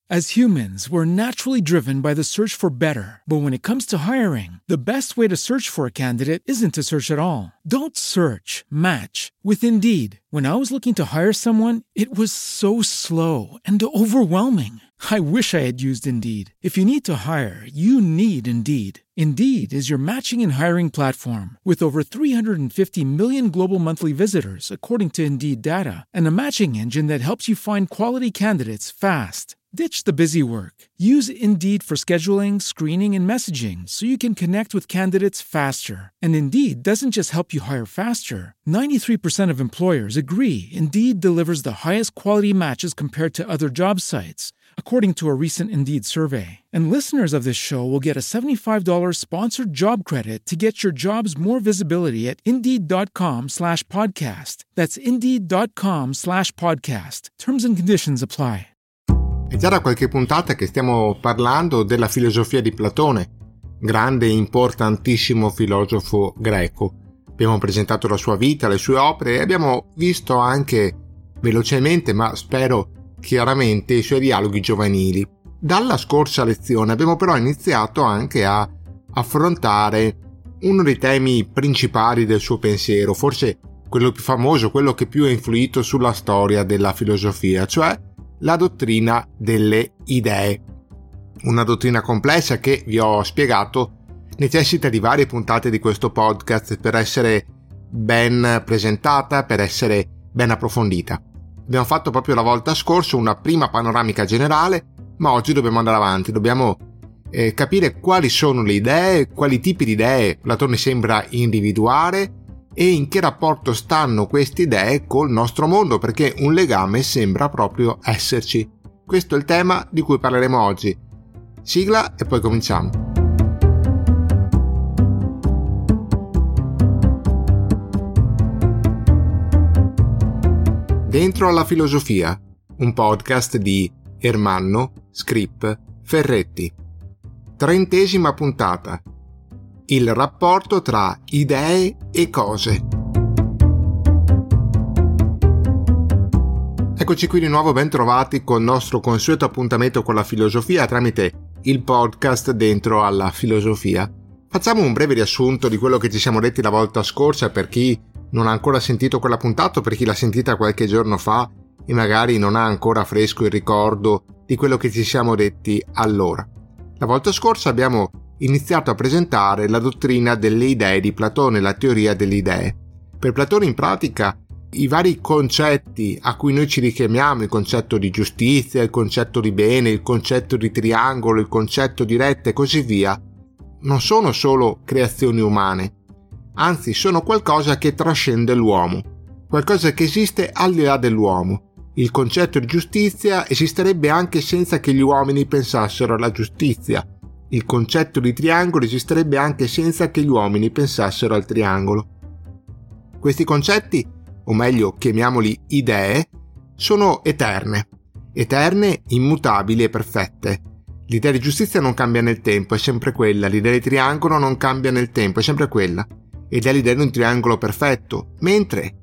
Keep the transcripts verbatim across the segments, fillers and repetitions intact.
As humans, we're naturally driven by the search for better. But when it comes to hiring, the best way to search for a candidate isn't to search at all. Don't search, match with Indeed. When I was looking to hire someone, it was so slow and overwhelming. I wish I had used Indeed. If you need to hire, you need Indeed. Indeed is your matching and hiring platform with over three hundred fifty million global monthly visitors, according to Indeed data, and a matching engine that helps you find quality candidates fast. Ditch the busy work. Use Indeed for scheduling, screening, and messaging so you can connect with candidates faster. And Indeed doesn't just help you hire faster. ninety-three percent of employers agree Indeed delivers the highest quality matches compared to other job sites, according to a recent Indeed survey. And listeners of this show will get a seventy-five dollars sponsored job credit to get your jobs more visibility at Indeed.com slash podcast. That's Indeed.com slash podcast. Terms and conditions apply. È già da qualche puntata che stiamo parlando della filosofia di Platone, grande e importantissimo filosofo greco. Abbiamo presentato la sua vita, le sue opere e abbiamo visto anche velocemente, ma spero chiaramente, i suoi dialoghi giovanili. Dalla scorsa lezione abbiamo però iniziato anche a affrontare uno dei temi principali del suo pensiero, forse quello più famoso, quello che più ha influito sulla storia della filosofia, cioè la dottrina delle idee. Una dottrina complessa che, vi ho spiegato, necessita di varie puntate di questo podcast per essere ben presentata, per essere ben approfondita. Abbiamo fatto proprio la volta scorsa una prima panoramica generale, ma oggi dobbiamo andare avanti, dobbiamo eh, capire quali sono le idee, quali tipi di idee Platone sembra individuare e in che rapporto stanno queste idee col nostro mondo, perché un legame sembra proprio esserci. Questo è il tema di cui parleremo oggi. Sigla e poi cominciamo. Dentro alla filosofia, un podcast di Ermanno, Scrip, Ferretti. Trentesima puntata. Il rapporto tra idee e cose. Eccoci qui di nuovo, ben trovati con il nostro consueto appuntamento con la filosofia tramite il podcast Dentro alla filosofia. Facciamo un breve riassunto di quello che ci siamo detti la volta scorsa per chi non ha ancora sentito quella puntata, per chi l'ha sentita qualche giorno fa e magari non ha ancora fresco il ricordo di quello che ci siamo detti allora. La volta scorsa abbiamo iniziato a presentare la dottrina delle idee di Platone, la teoria delle idee. Per Platone in pratica i vari concetti a cui noi ci richiamiamo, il concetto di giustizia, il concetto di bene, il concetto di triangolo, il concetto di retta e così via, non sono solo creazioni umane, anzi sono qualcosa che trascende l'uomo, qualcosa che esiste al di là dell'uomo. Il concetto di giustizia esisterebbe anche senza che gli uomini pensassero alla giustizia. Il concetto di triangolo esisterebbe anche senza che gli uomini pensassero al triangolo. Questi concetti, o meglio chiamiamoli idee, sono eterne, eterne, immutabili e perfette. L'idea di giustizia non cambia nel tempo, è sempre quella. L'idea di triangolo non cambia nel tempo, è sempre quella. Ed è l'idea di un triangolo perfetto, mentre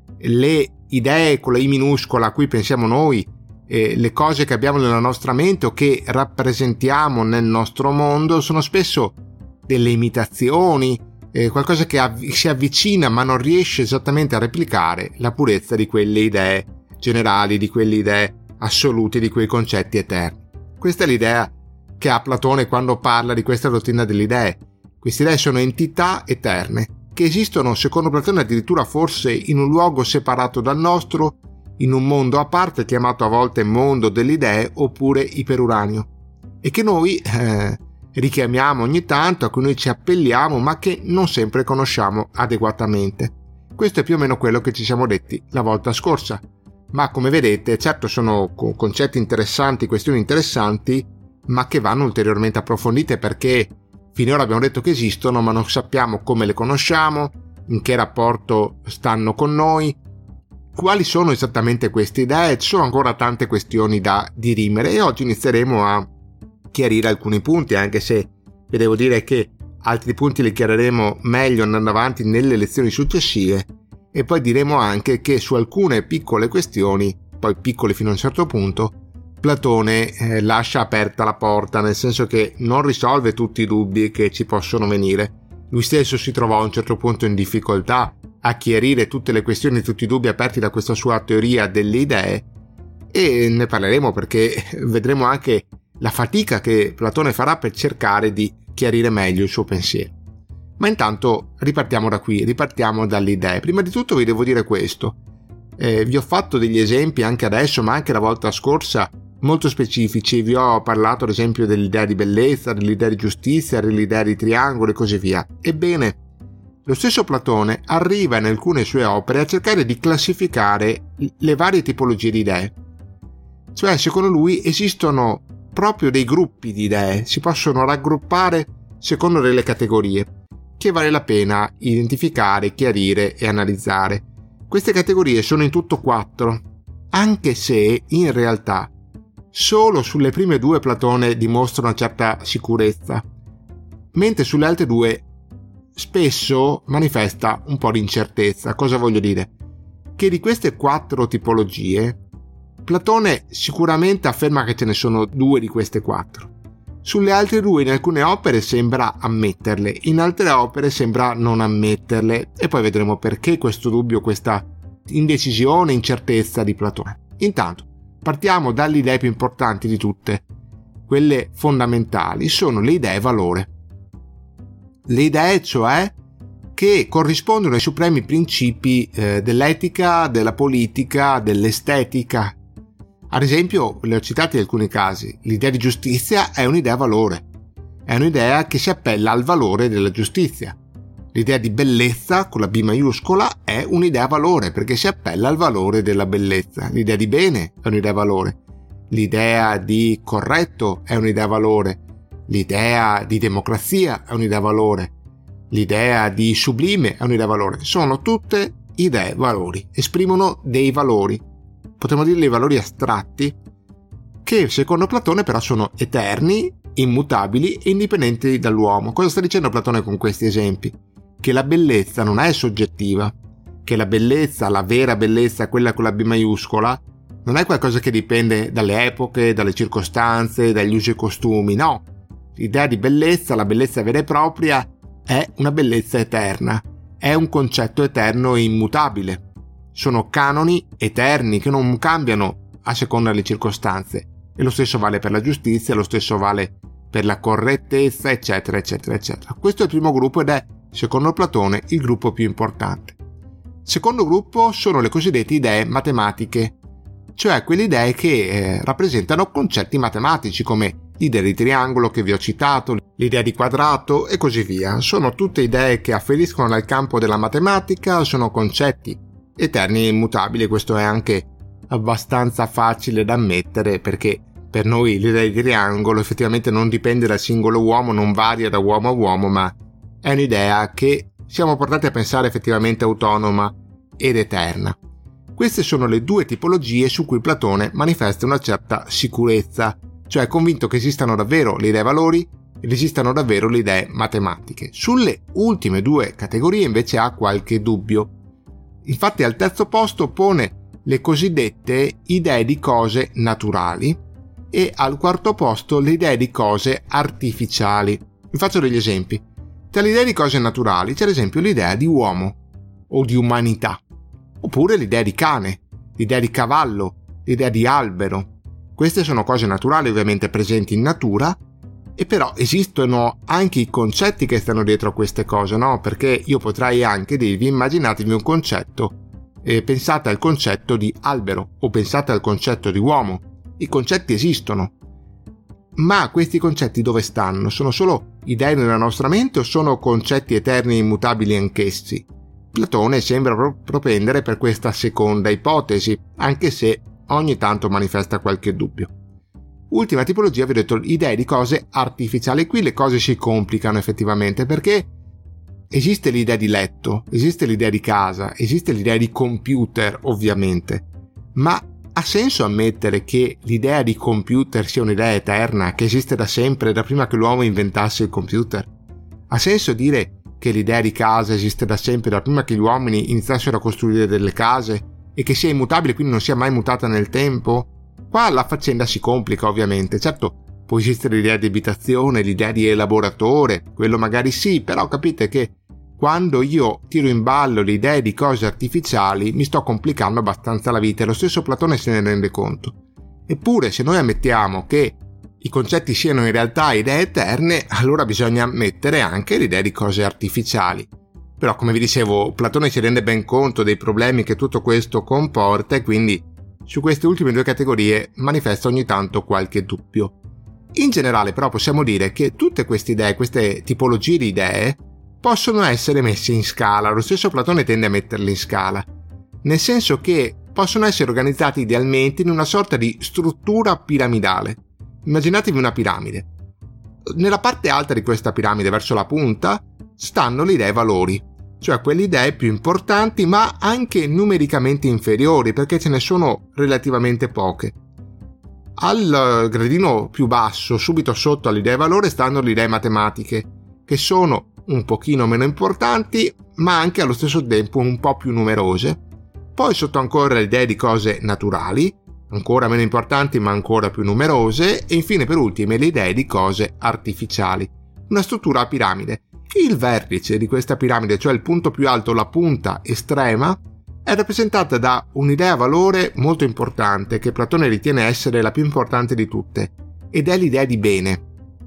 le idee con la I minuscola a cui pensiamo noi, eh, le cose che abbiamo nella nostra mente o che rappresentiamo nel nostro mondo sono spesso delle imitazioni, eh, qualcosa che av- si avvicina ma non riesce esattamente a replicare la purezza di quelle idee generali, di quelle idee assolute, di quei concetti eterni. Questa è l'idea che ha Platone quando parla di questa dottrina delle idee. Queste idee sono entità eterne che esistono, secondo Platone, addirittura forse in un luogo separato dal nostro, in un mondo a parte chiamato a volte mondo delle idee oppure iperuranio, e che noi eh, richiamiamo ogni tanto, a cui noi ci appelliamo ma che non sempre conosciamo adeguatamente. Questo è più o meno quello che ci siamo detti la volta scorsa, ma come vedete certo sono concetti interessanti, questioni interessanti, ma che vanno ulteriormente approfondite, perché finora abbiamo detto che esistono ma non sappiamo come le conosciamo, in che rapporto stanno con noi, quali sono esattamente queste idee. Ci sono ancora tante questioni da dirimere e oggi inizieremo a chiarire alcuni punti, anche se vi devo dire che altri punti li chiariremo meglio andando avanti nelle lezioni successive, e poi diremo anche che su alcune piccole questioni, poi piccole fino a un certo punto, Platone eh, lascia aperta la porta, nel senso che non risolve tutti i dubbi che ci possono venire. Lui stesso si trovò a un certo punto in difficoltà a chiarire tutte le questioni, tutti i dubbi aperti da questa sua teoria delle idee, e ne parleremo perché vedremo anche la fatica che Platone farà per cercare di chiarire meglio il suo pensiero. Ma intanto ripartiamo da qui, ripartiamo dalle idee. Prima di tutto vi devo dire questo. Eh, vi ho fatto degli esempi anche adesso, ma anche la volta scorsa, molto specifici. Vi ho parlato ad esempio dell'idea di bellezza, dell'idea di giustizia, dell'idea di triangolo e così via. Ebbene, lo stesso Platone arriva in alcune sue opere a cercare di classificare le varie tipologie di idee. Cioè, secondo lui esistono proprio dei gruppi di idee, si possono raggruppare secondo delle categorie che vale la pena identificare, chiarire e analizzare. Queste categorie sono in tutto quattro, anche se in realtà solo sulle prime due Platone dimostra una certa sicurezza, mentre sulle altre due spesso manifesta un po' di incertezza. Cosa voglio dire? Che di queste quattro tipologie Platone sicuramente afferma che ce ne sono due di queste quattro. Sulle altre due in alcune opere sembra ammetterle, in altre opere sembra non ammetterle, e poi vedremo perché questo dubbio, questa indecisione, incertezza di Platone. Intanto partiamo dalle idee più importanti di tutte, quelle fondamentali, sono le idee valore. Le idee, cioè, che corrispondono ai supremi principi eh, dell'etica, della politica, dell'estetica. Ad esempio, le ho citate in alcuni casi, l'idea di giustizia è un'idea valore, è un'idea che si appella al valore della giustizia. L'idea di bellezza, con la B maiuscola, è un'idea valore perché si appella al valore della bellezza. L'idea di bene è un'idea valore. L'idea di corretto è un'idea valore. L'idea di democrazia è un'idea valore. L'idea di sublime è un'idea valore. Sono tutte idee valori, esprimono dei valori. Potremmo dire dei valori astratti che secondo Platone però sono eterni, immutabili e indipendenti dall'uomo. Cosa sta dicendo Platone con questi esempi? Che la bellezza non è soggettiva, che la bellezza, la vera bellezza, quella con la B maiuscola, non è qualcosa che dipende dalle epoche, dalle circostanze, dagli usi e costumi, no. L'idea di bellezza, la bellezza vera e propria, è una bellezza eterna, è un concetto eterno e immutabile. Sono canoni eterni che non cambiano a seconda delle circostanze, e lo stesso vale per la giustizia, lo stesso vale per la correttezza, eccetera, eccetera, eccetera. Questo è il primo gruppo ed è, secondo Platone, il gruppo più importante. Il secondo gruppo sono le cosiddette idee matematiche, cioè quelle idee che eh, rappresentano concetti matematici come l'idea di triangolo che vi ho citato, l'idea di quadrato e così via. Sono tutte idee che afferiscono al campo della matematica, sono concetti eterni e immutabili. Questo è anche abbastanza facile da ammettere perché per noi l'idea di triangolo effettivamente non dipende dal singolo uomo, non varia da uomo a uomo, ma è un'idea che siamo portati a pensare effettivamente autonoma ed eterna. Queste sono le due tipologie su cui Platone manifesta una certa sicurezza, cioè è convinto che esistano davvero le idee valori ed esistano davvero le idee matematiche. Sulle ultime due categorie invece ha qualche dubbio. Infatti al terzo posto pone le cosiddette idee di cose naturali e al quarto posto le idee di cose artificiali. Vi faccio degli esempi. Tra le idee di cose naturali c'è ad esempio l'idea di uomo o di umanità, oppure l'idea di cane, l'idea di cavallo, l'idea di albero. Queste sono cose naturali ovviamente presenti in natura, e però esistono anche i concetti che stanno dietro a queste cose, no? Perché io potrei anche dirvi, immaginatevi un concetto, e pensate al concetto di albero o pensate al concetto di uomo. I concetti esistono, ma questi concetti dove stanno? Sono solo idee nella nostra mente o sono concetti eterni e immutabili anch'essi? Platone sembra pro- propendere per questa seconda ipotesi, anche se ogni tanto manifesta qualche dubbio. Ultima tipologia, vi ho detto, idee di cose artificiali. Qui le cose si complicano effettivamente perché esiste l'idea di letto, esiste l'idea di casa, esiste l'idea di computer ovviamente, ma ha senso ammettere che l'idea di computer sia un'idea eterna che esiste da sempre, da prima che l'uomo inventasse il computer? Ha senso dire che l'idea di casa esiste da sempre, da prima che gli uomini iniziassero a costruire delle case, e che sia immutabile, quindi non sia mai mutata nel tempo? Qua la faccenda si complica ovviamente, certo può esistere l'idea di abitazione, l'idea di elaboratore, quello magari sì, però capite che quando io tiro in ballo le idee di cose artificiali mi sto complicando abbastanza la vita e lo stesso Platone se ne rende conto. Eppure se noi ammettiamo che i concetti siano in realtà idee eterne, allora bisogna ammettere anche l'idea di cose artificiali. Però come vi dicevo, Platone si rende ben conto dei problemi che tutto questo comporta e quindi su queste ultime due categorie manifesta ogni tanto qualche dubbio. In generale però possiamo dire che tutte queste idee, queste tipologie di idee, possono essere messe in scala. Lo stesso Platone tende a metterle in scala, nel senso che possono essere organizzati idealmente in una sorta di struttura piramidale. Immaginatevi una piramide. Nella parte alta di questa piramide, verso la punta, stanno le idee valori, cioè quelle idee più importanti ma anche numericamente inferiori, perché ce ne sono relativamente poche. Al gradino più basso, subito sotto alle idee valore, stanno le idee matematiche, che sono un pochino meno importanti, ma anche allo stesso tempo un po' più numerose. Poi sotto ancora le idee di cose naturali, ancora meno importanti ma ancora più numerose, e infine per ultime le idee di cose artificiali. Una struttura a piramide. Il vertice di questa piramide, cioè il punto più alto, la punta estrema, è rappresentata da un'idea valore molto importante che Platone ritiene essere la più importante di tutte, ed è l'idea di bene.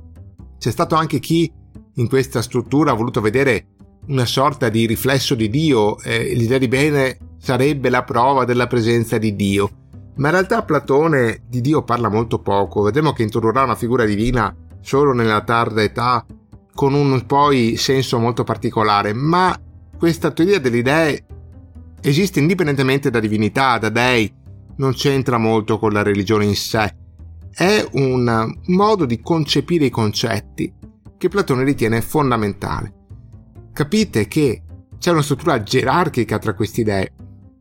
C'è stato anche chi in questa struttura ha voluto vedere una sorta di riflesso di Dio, eh, l'idea di bene sarebbe la prova della presenza di Dio, ma in realtà Platone di Dio parla molto poco. Vedremo che introdurrà una figura divina solo nella tarda età, con un poi senso molto particolare, ma questa teoria delle idee esiste indipendentemente da divinità, da dei, non c'entra molto con la religione in sé. È un modo di concepire i concetti che Platone ritiene fondamentale. Capite che c'è una struttura gerarchica tra queste idee.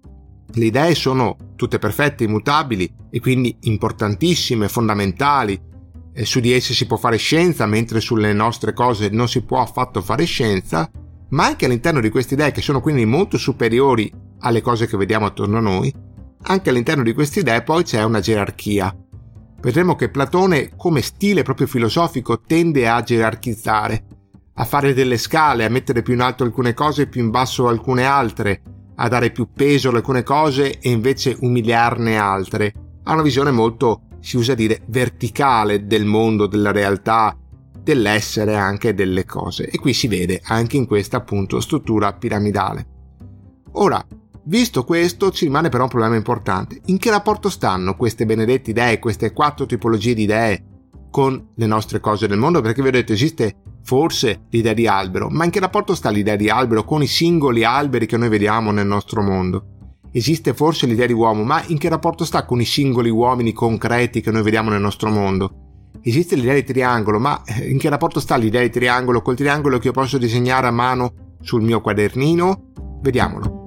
Le idee sono tutte perfette, immutabili e quindi importantissime, fondamentali. E su di esse si può fare scienza, mentre sulle nostre cose non si può affatto fare scienza, ma anche all'interno di queste idee, che sono quindi molto superiori alle cose che vediamo attorno a noi, anche all'interno di queste idee poi c'è una gerarchia. Vedremo che Platone, come stile proprio filosofico, tende a gerarchizzare, a fare delle scale, a mettere più in alto alcune cose e più in basso alcune altre, a dare più peso ad alcune cose e invece umiliarne altre. Ha una visione molto, si usa dire, verticale del mondo, della realtà, dell'essere anche delle cose. E qui si vede anche in questa appunto struttura piramidale. Ora, visto questo, ci rimane però un problema importante. In che rapporto stanno queste benedette idee, queste quattro tipologie di idee con le nostre cose del mondo? Perché vi ho detto, esiste forse l'idea di albero, ma in che rapporto sta l'idea di albero con i singoli alberi che noi vediamo nel nostro mondo? Esiste forse l'idea di uomo, ma in che rapporto sta con i singoli uomini concreti che noi vediamo nel nostro mondo? Esiste l'idea di triangolo, ma in che rapporto sta l'idea di triangolo col triangolo che io posso disegnare a mano sul mio quadernino? Vediamolo.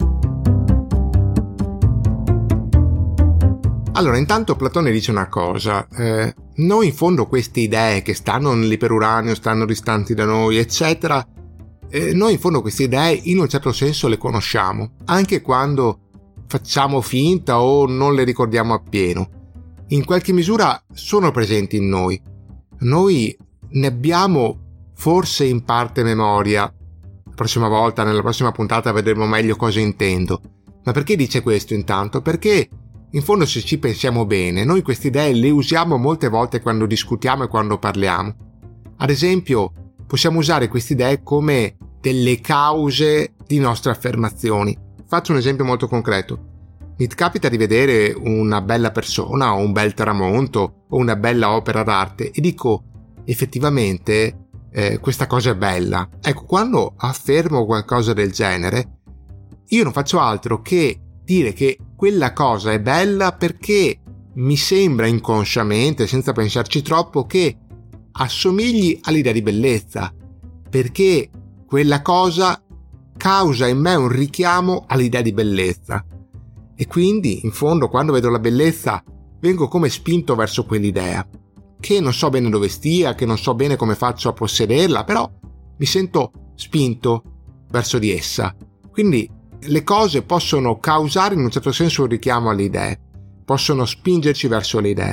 Allora, intanto Platone dice una cosa, eh, noi in fondo queste idee che stanno nell'iperuranio, stanno distanti da noi, eccetera, eh, noi in fondo queste idee in un certo senso le conosciamo, anche quando facciamo finta o non le ricordiamo appieno. In qualche misura sono presenti in noi. Noi ne abbiamo forse in parte memoria. La prossima volta, nella prossima puntata, vedremo meglio cosa intendo. Ma perché dice questo intanto? Perché in fondo, se ci pensiamo bene, noi queste idee le usiamo molte volte quando discutiamo e quando parliamo. Ad esempio, possiamo usare queste idee come delle cause di nostre affermazioni. Faccio un esempio molto concreto. Mi capita di vedere una bella persona o un bel tramonto o una bella opera d'arte e dico effettivamente eh, questa cosa è bella. Ecco, quando affermo qualcosa del genere, io non faccio altro che dire che quella cosa è bella perché mi sembra inconsciamente, senza pensarci troppo, che assomigli all'idea di bellezza, perché quella cosa causa in me un richiamo all'idea di bellezza. E quindi, in fondo, quando vedo la bellezza, vengo come spinto verso quell'idea, che non so bene dove stia, che non so bene come faccio a possederla, però mi sento spinto verso di essa. Quindi le cose possono causare in un certo senso un richiamo alle idee. possono spingerci verso le idee.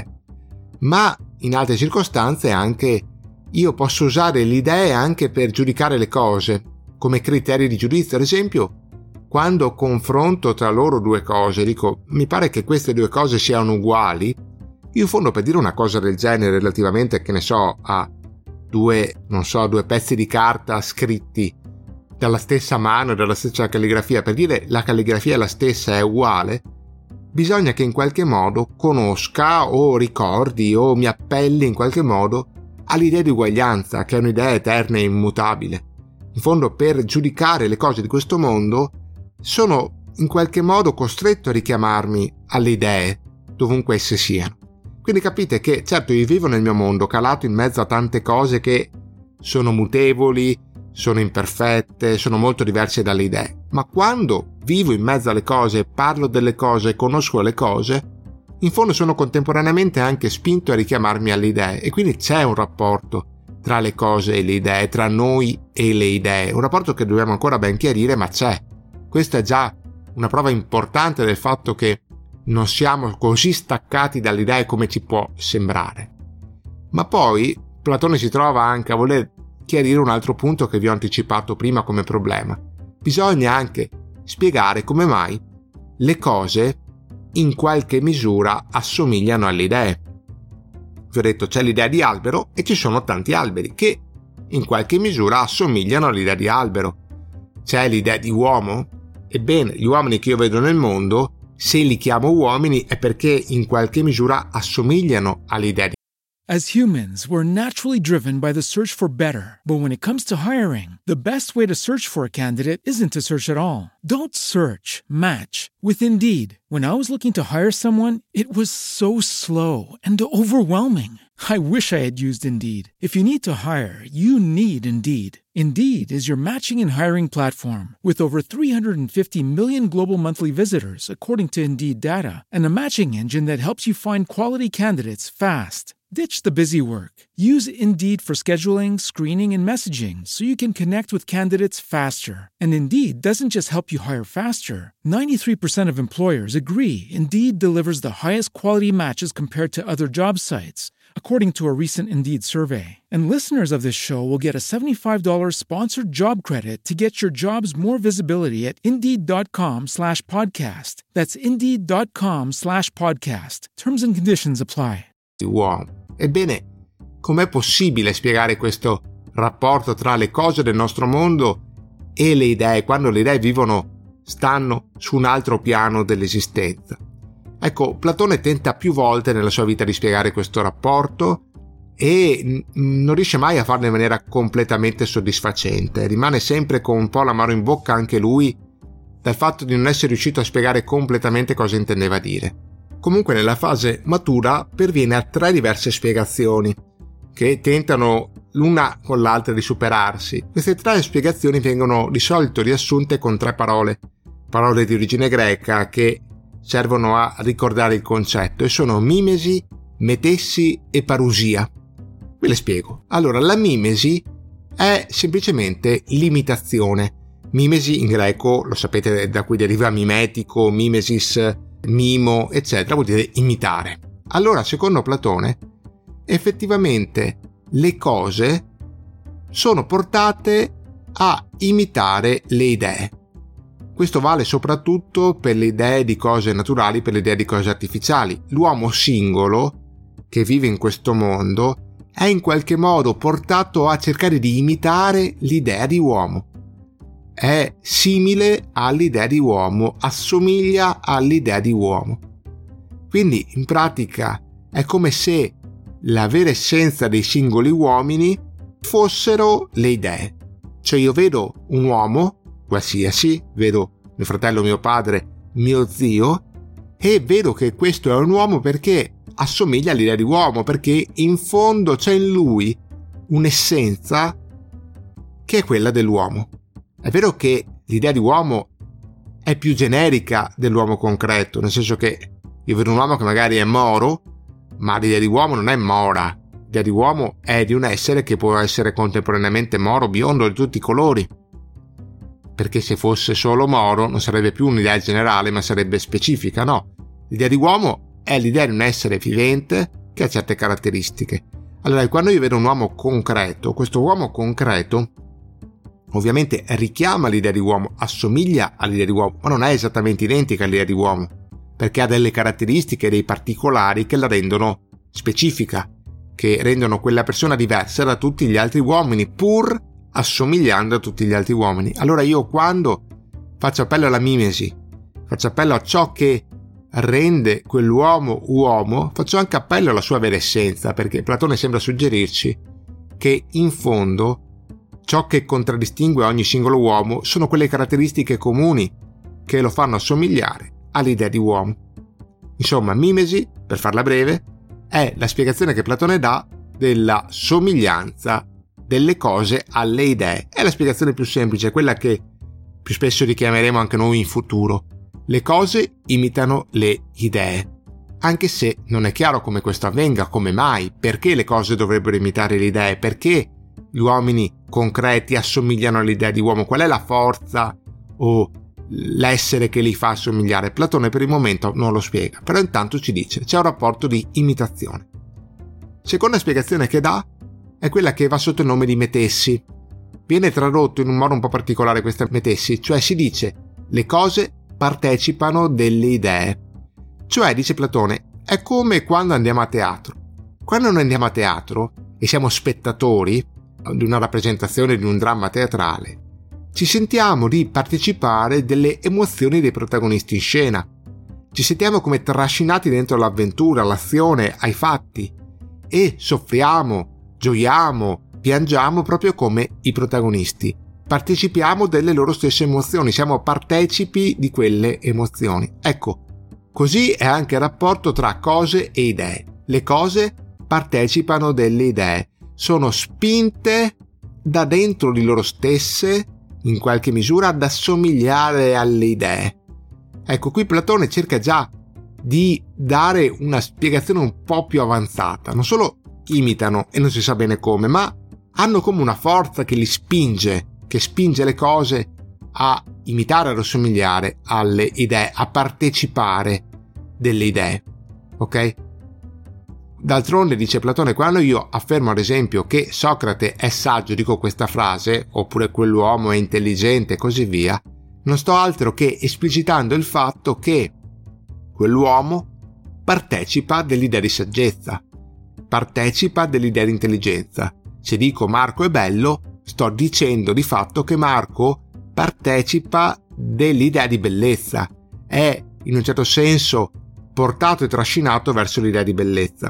Ma in altre circostanze anche io posso usare le idee anche per giudicare le cose, come criteri di giudizio. Ad esempio, quando confronto tra loro due cose, dico mi pare che queste due cose siano uguali, io in fondo per dire una cosa del genere relativamente, che ne so, a due, non so, due pezzi di carta scritti dalla stessa mano e dalla stessa calligrafia, per dire la calligrafia è la stessa, è uguale, bisogna che in qualche modo conosca o ricordi o mi appelli in qualche modo all'idea di uguaglianza, che è un'idea eterna e immutabile. In fondo, per giudicare le cose di questo mondo sono in qualche modo costretto a richiamarmi alle idee, dovunque esse siano. Quindi capite che, certo, io vivo nel mio mondo, calato in mezzo a tante cose che sono mutevoli, sono imperfette, sono molto diverse dalle idee, ma quando vivo in mezzo alle cose, parlo delle cose, conosco le cose, in fondo sono contemporaneamente anche spinto a richiamarmi alle idee, e quindi c'è un rapporto tra le cose e le idee, tra noi e le idee, un rapporto che dobbiamo ancora ben chiarire, ma c'è. Questa è già una prova importante del fatto che non siamo così staccati dalle idee come ci può sembrare. Ma poi Platone si trova anche a voler chiarire un altro punto che vi ho anticipato prima come problema. Bisogna anche spiegare come mai le cose in qualche misura assomigliano alle idee. Vi ho detto, c'è l'idea di albero e ci sono tanti alberi che in qualche misura assomigliano all'idea di albero. C'è l'idea di uomo? Ebbene, gli uomini che io vedo nel mondo, se li chiamo uomini è perché in qualche misura assomigliano all'idea di. As humans, we're naturally driven by the search for better. But when it comes to hiring, the best way to search for a candidate isn't to search at all. Don't search, match with Indeed. When I was looking to hire someone, it was so slow and overwhelming. I wish I had used Indeed. If you need to hire, you need Indeed. Indeed is your matching and hiring platform with over three hundred fifty million global monthly visitors, according to Indeed data, and a matching engine that helps you find quality candidates fast. Ditch the busy work. Use Indeed for scheduling, screening, and messaging so you can connect with candidates faster. And Indeed doesn't just help you hire faster. ninety-three percent of employers agree Indeed delivers the highest quality matches compared to other job sites, according to a recent Indeed survey. And listeners of this show will get a seventy-five dollars sponsored job credit to get your jobs more visibility at Indeed.com slash podcast. That's Indeed.com slash podcast. Terms and conditions apply. Uomo. Ebbene, com'è possibile spiegare questo rapporto tra le cose del nostro mondo e le idee, quando le idee vivono, stanno su un altro piano dell'esistenza? Ecco, Platone tenta più volte nella sua vita di spiegare questo rapporto e non riesce mai a farlo in maniera completamente soddisfacente. Rimane sempre con un po' l'amaro in bocca anche lui dal fatto di non essere riuscito a spiegare completamente cosa intendeva dire. Comunque nella fase matura perviene a tre diverse spiegazioni che tentano l'una con l'altra di superarsi. Queste tre spiegazioni vengono di solito riassunte con tre parole, parole di origine greca che servono a ricordare il concetto, e sono mimesi, metessi e parusia. Ve le spiego. Allora, la mimesi è semplicemente l'imitazione. Mimesi in greco, lo sapete da cui deriva mimetico, mimesis, mimo, eccetera, vuol dire imitare. Allora, secondo Platone, effettivamente le cose sono portate a imitare le idee. Questo vale soprattutto per le idee di cose naturali, per le idee di cose artificiali. L'uomo singolo che vive in questo mondo è in qualche modo portato a cercare di imitare l'idea di uomo. È simile all'idea di uomo, assomiglia all'idea di uomo. Quindi, in pratica, è come se la vera essenza dei singoli uomini fossero le idee. Cioè io vedo un uomo, qualsiasi, vedo mio fratello, mio padre, mio zio, e vedo che questo è un uomo perché assomiglia all'idea di uomo, perché in fondo c'è in lui un'essenza che è quella dell'uomo. È vero che l'idea di uomo è più generica dell'uomo concreto, nel senso che io vedo un uomo che magari è moro, ma l'idea di uomo non è mora. L'idea di uomo è di un essere che può essere contemporaneamente moro, biondo, di tutti i colori. Perché se fosse solo moro non sarebbe più un'idea generale, ma sarebbe specifica, no? L'idea di uomo è l'idea di un essere vivente che ha certe caratteristiche. Allora, quando io vedo un uomo concreto, questo uomo concreto ovviamente richiama l'idea di uomo, assomiglia all'idea di uomo, ma non è esattamente identica all'idea di uomo, perché ha delle caratteristiche, dei particolari che la rendono specifica, che rendono quella persona diversa da tutti gli altri uomini, pur assomigliando a tutti gli altri uomini. Allora io, quando faccio appello alla mimesi, faccio appello a ciò che rende quell'uomo uomo, faccio anche appello alla sua vera essenza, perché Platone sembra suggerirci che in fondo ciò che contraddistingue ogni singolo uomo sono quelle caratteristiche comuni che lo fanno assomigliare all'idea di uomo. Insomma, mimesi, per farla breve, è la spiegazione che Platone dà della somiglianza delle cose alle idee. È la spiegazione più semplice, quella che più spesso richiameremo anche noi in futuro. Le cose imitano le idee, anche se non è chiaro come questo avvenga, come mai, perché le cose dovrebbero imitare le idee, perché gli uomini concreti assomigliano all'idea di uomo, qual è la forza o l'essere che li fa assomigliare. Platone per il momento non lo spiega, però intanto ci dice c'è un rapporto di imitazione. Seconda spiegazione che dà è quella che va sotto il nome di metessi. Viene tradotto in un modo un po' particolare questa metessi, cioè si dice le cose partecipano delle idee. Cioè, dice Platone, è come quando andiamo a teatro. Quando noi andiamo a teatro e siamo spettatori di una rappresentazione, di un dramma teatrale, ci sentiamo di partecipare delle emozioni dei protagonisti in scena. Ci sentiamo come trascinati dentro l'avventura, l'azione, ai fatti, e soffriamo, gioiamo, piangiamo proprio come i protagonisti. Partecipiamo delle loro stesse emozioni, siamo partecipi di quelle emozioni. Ecco, così è anche il rapporto tra cose e idee. Le cose partecipano delle idee, sono spinte da dentro di loro stesse, in qualche misura, ad assomigliare alle idee. Ecco, qui Platone cerca già di dare una spiegazione un po' più avanzata. Non solo imitano e non si sa bene come, ma hanno come una forza che li spinge, che spinge le cose a imitare, ad assomigliare alle idee, a partecipare delle idee. Ok? D'altronde, dice Platone, quando io affermo ad esempio che Socrate è saggio, dico questa frase, oppure quell'uomo è intelligente e così via, non sto altro che esplicitando il fatto che quell'uomo partecipa dell'idea di saggezza, partecipa dell'idea di intelligenza. Se dico Marco è bello, sto dicendo di fatto che Marco partecipa dell'idea di bellezza, è in un certo senso portato e trascinato verso l'idea di bellezza.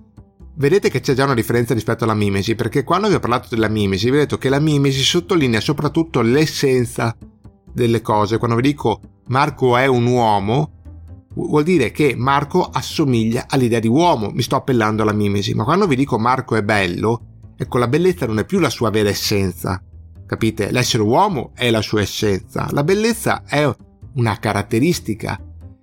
Vedete che c'è già una differenza rispetto alla mimesi, perché quando vi ho parlato della mimesi, vi ho detto che la mimesi sottolinea soprattutto l'essenza delle cose. Quando vi dico Marco è un uomo, vuol dire che Marco assomiglia all'idea di uomo, mi sto appellando alla mimesi. Ma quando vi dico Marco è bello, ecco, la bellezza non è più la sua vera essenza, capite? L'essere uomo è la sua essenza, la bellezza è una caratteristica,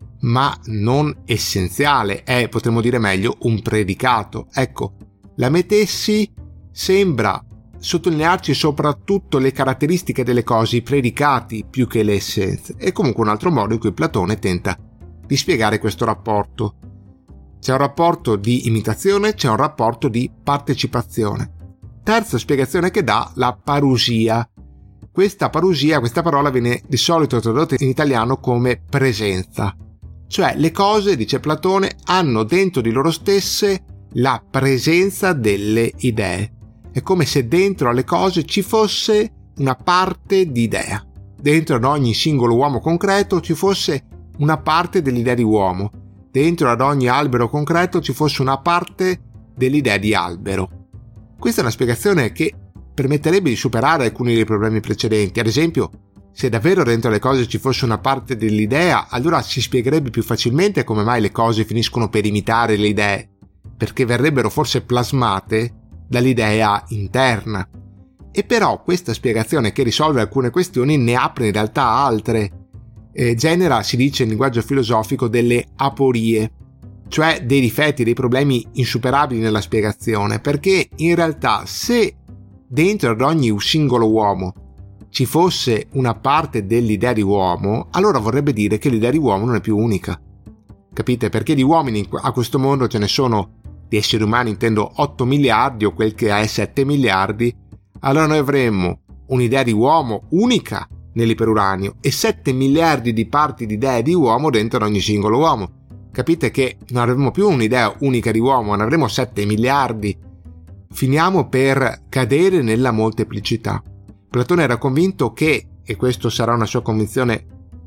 ma non essenziale, è, potremmo dire meglio, un predicato. Ecco, la metessi sembra sottolinearci soprattutto le caratteristiche delle cose, i predicati più che le essenze. È comunque un altro modo in cui Platone tenta di spiegare questo rapporto. C'è un rapporto di imitazione, c'è un rapporto di partecipazione. Terza spiegazione che dà, la parusia. Questa parusia, questa parola viene di solito tradotta in italiano come presenza. Cioè, le cose, dice Platone, hanno dentro di loro stesse la presenza delle idee. È come se dentro alle cose ci fosse una parte di idea. Dentro ad ogni singolo uomo concreto ci fosse una parte dell'idea di uomo. Dentro ad ogni albero concreto ci fosse una parte dell'idea di albero. Questa è una spiegazione che permetterebbe di superare alcuni dei problemi precedenti. Ad esempio, se davvero dentro le cose ci fosse una parte dell'idea, allora si spiegherebbe più facilmente come mai le cose finiscono per imitare le idee, perché verrebbero forse plasmate dall'idea interna. E però questa spiegazione, che risolve alcune questioni, ne apre in realtà altre. Eh, genera, si dice in linguaggio filosofico, delle aporie, cioè dei difetti, dei problemi insuperabili nella spiegazione, perché in realtà se dentro ad ogni singolo uomo ci fosse una parte dell'idea di uomo, allora vorrebbe dire che l'idea di uomo non è più unica. capite? Perché di uomini a questo mondo ce ne sono, di esseri umani intendo, otto miliardi o quel che è sette miliardi, allora noi avremmo un'idea di uomo unica nell'iperuranio e sette miliardi di parti di idee di uomo dentro ogni singolo uomo. Capite che non avremo più un'idea unica di uomo, ne avremo sette miliardi. Finiamo per cadere nella molteplicità. Platone era convinto che, e questo sarà una sua convinzione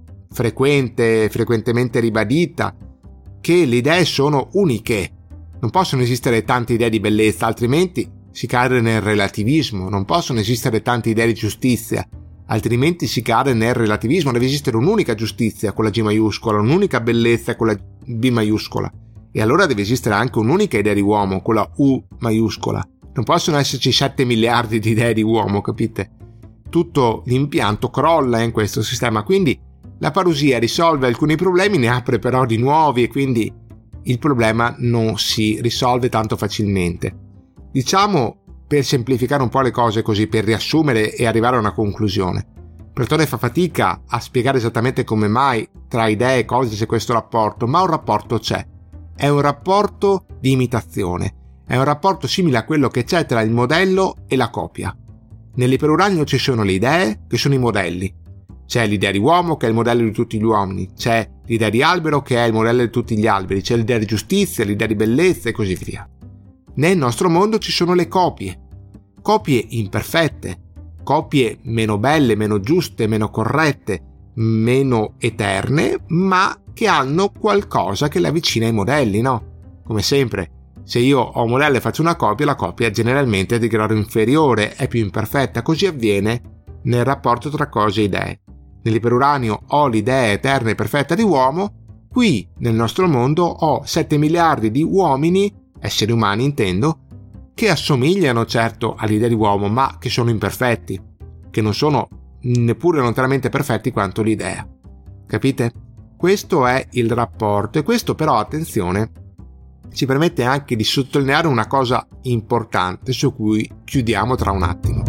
frequente, frequentemente ribadita, che le idee sono uniche. Non possono esistere tante idee di bellezza, altrimenti si cade nel relativismo. Non possono esistere tante idee di giustizia, altrimenti si cade nel relativismo. Deve esistere un'unica giustizia con la G maiuscola, un'unica bellezza con la B maiuscola, e allora deve esistere anche un'unica idea di uomo con la U maiuscola. Non possono esserci sette miliardi di idee di uomo, capite? Tutto l'impianto crolla in questo sistema, quindi la parusia risolve alcuni problemi, ne apre però di nuovi, e quindi il problema non si risolve tanto facilmente. Diciamo, per semplificare un po' le cose così, per riassumere e arrivare a una conclusione, Platone fa fatica a spiegare esattamente come mai tra idee e cose c'è questo rapporto, ma un rapporto c'è. È un rapporto di imitazione, è un rapporto simile a quello che c'è tra il modello e la copia. Nell'iperuranio ci sono le idee, che sono i modelli. C'è l'idea di uomo, che è il modello di tutti gli uomini, c'è l'idea di albero, che è il modello di tutti gli alberi, c'è l'idea di giustizia, l'idea di bellezza e così via. Nel nostro mondo ci sono le copie, copie imperfette, copie meno belle, meno giuste, meno corrette, meno eterne, ma che hanno qualcosa che le avvicina ai modelli, no? Come sempre, se io ho un modello e faccio una copia, la copia generalmente è di grado inferiore, è più imperfetta. Così avviene nel rapporto tra cose e idee. Nell'iperuranio ho l'idea eterna e perfetta di uomo, qui nel nostro mondo ho sette miliardi di uomini, esseri umani intendo, che assomigliano certo all'idea di uomo, ma che sono imperfetti, che non sono neppure lontanamente perfetti quanto l'idea. Capite? Questo è il rapporto, e questo però, attenzione, ci permette anche di sottolineare una cosa importante su cui chiudiamo tra un attimo.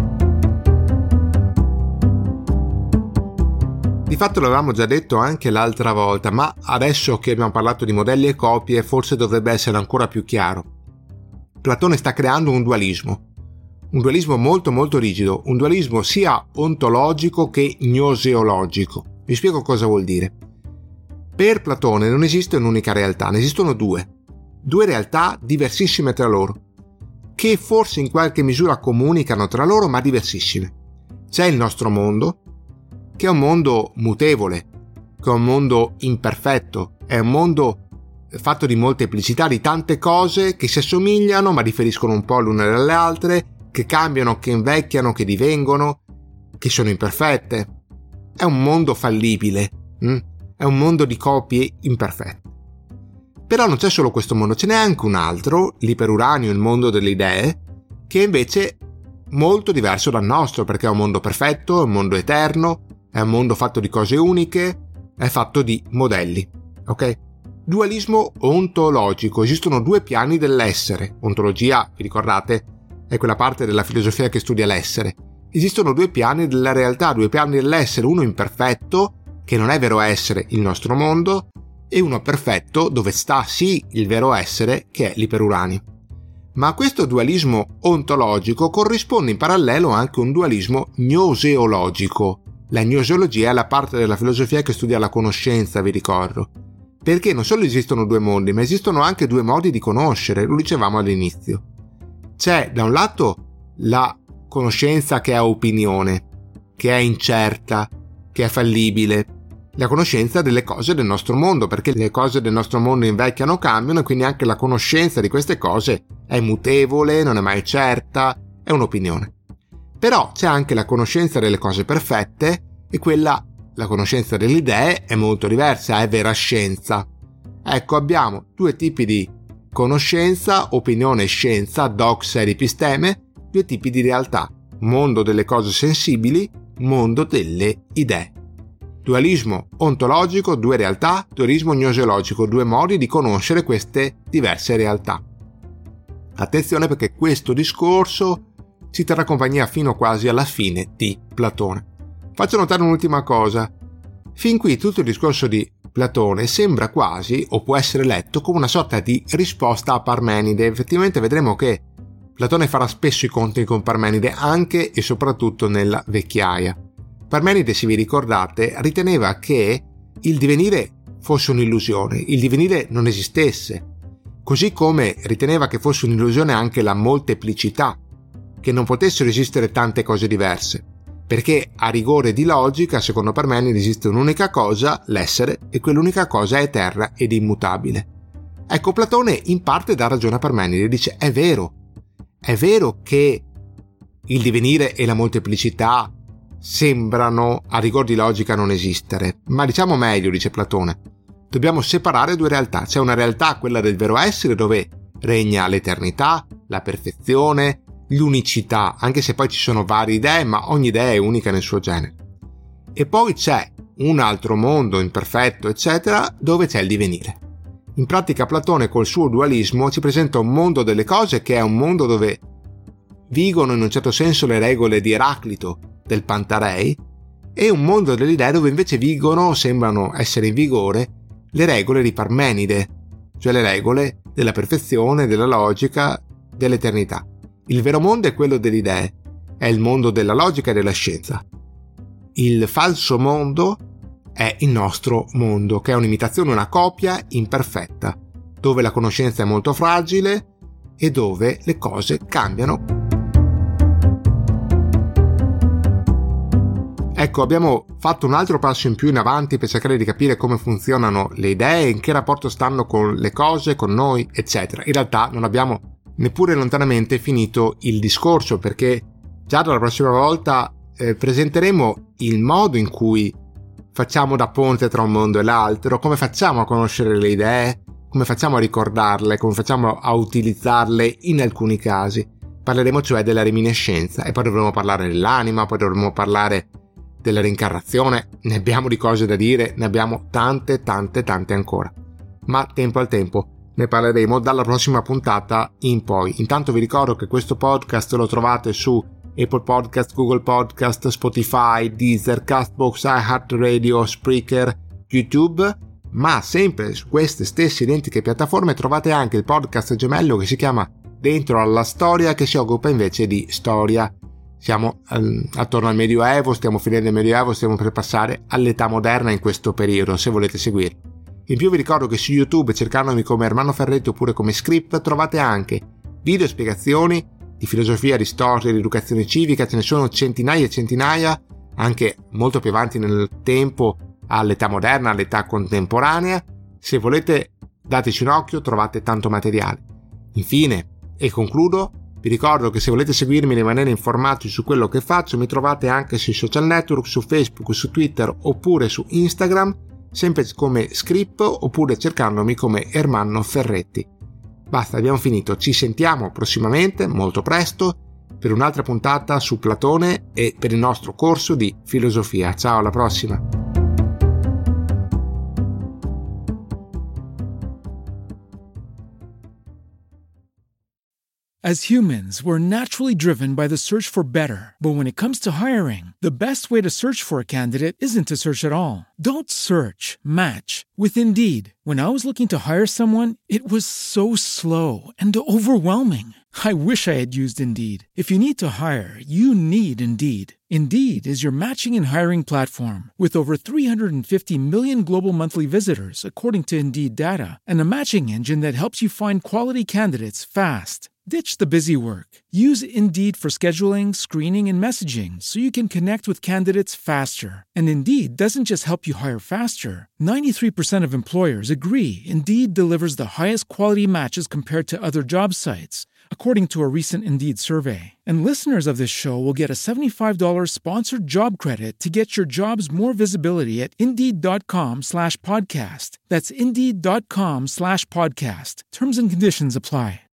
Di fatto l'avevamo già detto anche l'altra volta, ma adesso che abbiamo parlato di modelli e copie forse dovrebbe essere ancora più chiaro. Platone sta creando un dualismo, un dualismo molto molto rigido, un dualismo sia ontologico che gnoseologico. Vi spiego cosa vuol dire. Per Platone non esiste un'unica realtà, ne esistono due, due realtà diversissime tra loro, che forse in qualche misura comunicano tra loro ma diversissime. C'è il nostro mondo, che è un mondo mutevole, che è un mondo imperfetto, è un mondo fatto di molteplicità, di tante cose che si assomigliano ma differiscono un po' l'una dalle altre, che cambiano, che invecchiano, che divengono, che sono imperfette. È un mondo fallibile, hm? È un mondo di copie imperfette. Però non c'è solo questo mondo, ce n'è anche un altro, l'iperuranio, il mondo delle idee, che è invece molto diverso dal nostro, perché è un mondo perfetto, è un mondo eterno, è un mondo fatto di cose uniche, è fatto di modelli, ok? Dualismo ontologico. Esistono due piani dell'essere. Ontologia, vi ricordate, è quella parte della filosofia che studia l'essere. Esistono due piani della realtà, due piani dell'essere, uno imperfetto, che non è vero essere, il nostro mondo, e uno perfetto, dove sta sì il vero essere, che è l'iperuranio. Ma a questo dualismo ontologico corrisponde in parallelo anche un dualismo gnoseologico. La gnoseologia è la parte della filosofia che studia la conoscenza, vi ricordo. Perché non solo esistono due mondi, ma esistono anche due modi di conoscere, lo dicevamo all'inizio. C'è da un lato la conoscenza che è opinione, che è incerta, che è fallibile, la conoscenza delle cose del nostro mondo, perché le cose del nostro mondo invecchiano, cambiano, e quindi anche la conoscenza di queste cose è mutevole, non è mai certa, è un'opinione. Però c'è anche la conoscenza delle cose perfette, e quella, la conoscenza delle idee, è molto diversa, è vera scienza. Ecco, abbiamo due tipi di conoscenza, opinione e scienza, doxa ed episteme, due tipi di realtà, mondo delle cose sensibili, mondo delle idee. Dualismo ontologico, due realtà, dualismo gnoseologico, due modi di conoscere queste diverse realtà. Attenzione, perché questo discorso ci terrà compagnia fino quasi alla fine di Platone. Faccio notare un'ultima cosa. Fin qui tutto il discorso di Platone sembra quasi, o può essere letto, come una sorta di risposta a Parmenide. Effettivamente vedremo che Platone farà spesso i conti con Parmenide, anche e soprattutto nella Vecchiaia. Parmenide, se vi ricordate, riteneva che il divenire fosse un'illusione, il divenire non esistesse, così come riteneva che fosse un'illusione anche la molteplicità, che non potessero esistere tante cose diverse, perché a rigore di logica, secondo Parmenide, esiste un'unica cosa, l'essere, e quell'unica cosa è eterna ed immutabile. Ecco, Platone in parte dà ragione a Parmenide, dice è vero, è vero che il divenire e la molteplicità sembrano a rigor di logica non esistere, ma diciamo meglio, dice Platone, dobbiamo separare due realtà. C'è una realtà, quella del vero essere, dove regna l'eternità, la perfezione, l'unicità, anche se poi ci sono varie idee, ma ogni idea è unica nel suo genere. E poi c'è un altro mondo imperfetto, eccetera, dove c'è il divenire. In pratica Platone col suo dualismo ci presenta un mondo delle cose che è un mondo dove vigono in un certo senso le regole di Eraclito, del Pantarei, e un mondo delle idee dove invece vigono, sembrano essere in vigore, le regole di Parmenide, cioè le regole della perfezione, della logica, dell'eternità. Il vero mondo è quello delle idee, è il mondo della logica e della scienza. Il falso mondo è il nostro mondo, che è un'imitazione, una copia imperfetta, dove la conoscenza è molto fragile e dove le cose cambiano. Ecco, abbiamo fatto un altro passo in più in avanti per cercare di capire come funzionano le idee, in che rapporto stanno con le cose, con noi, eccetera. In realtà non abbiamo neppure lontanamente finito il discorso, perché già dalla prossima volta eh, presenteremo il modo in cui facciamo da ponte tra un mondo e l'altro, come facciamo a conoscere le idee, come facciamo a ricordarle, come facciamo a utilizzarle in alcuni casi. Parleremo cioè della reminiscenza e poi dovremo parlare dell'anima, poi dovremo parlare della reincarnazione, ne abbiamo di cose da dire, ne abbiamo tante tante tante ancora, ma tempo al tempo ne parleremo dalla prossima puntata in poi. Intanto vi ricordo che questo podcast lo trovate su Apple Podcast, Google Podcast, Spotify, Deezer, Castbox, iHeartRadio, Spreaker, YouTube, ma sempre su queste stesse identiche piattaforme trovate anche il podcast gemello che si chiama Dentro alla Storia, che si occupa invece di storia. Siamo um, attorno al Medioevo, stiamo finendo il Medioevo, stiamo per passare all'età moderna in questo periodo, se volete seguirlo. In più vi ricordo che su YouTube, cercandomi come Ermanno Ferretti oppure come Script, trovate anche video spiegazioni di filosofia, di storia, di educazione civica, ce ne sono centinaia e centinaia, anche molto più avanti nel tempo, all'età moderna, all'età contemporanea. Se volete dateci un occhio, trovate tanto materiale. Infine, e concludo, vi ricordo che se volete seguirmi e rimanere informati su quello che faccio, mi trovate anche sui social network, su Facebook, su Twitter oppure su Instagram, sempre come Script oppure cercandomi come Ermanno Ferretti. Basta, abbiamo finito. Ci sentiamo prossimamente, molto presto, per un'altra puntata su Platone e per il nostro corso di filosofia. Ciao, alla prossima! As humans, we're naturally driven by the search for better. But when it comes to hiring, the best way to search for a candidate isn't to search at all. Don't search, match with Indeed. When I was looking to hire someone, it was so slow and overwhelming. I wish I had used Indeed. If you need to hire, you need Indeed. Indeed is your matching and hiring platform with over three hundred fifty million global monthly visitors, according to Indeed data, and a matching engine that helps you find quality candidates fast. Ditch the busy work. Use Indeed for scheduling, screening, and messaging so you can connect with candidates faster. And Indeed doesn't just help you hire faster. ninety-three percent of employers agree Indeed delivers the highest quality matches compared to other job sites, according to a recent Indeed survey. And listeners of this show will get a seventy-five dollars sponsored job credit to get your jobs more visibility at Indeed.com slash podcast. That's Indeed.com slash podcast. Terms and conditions apply.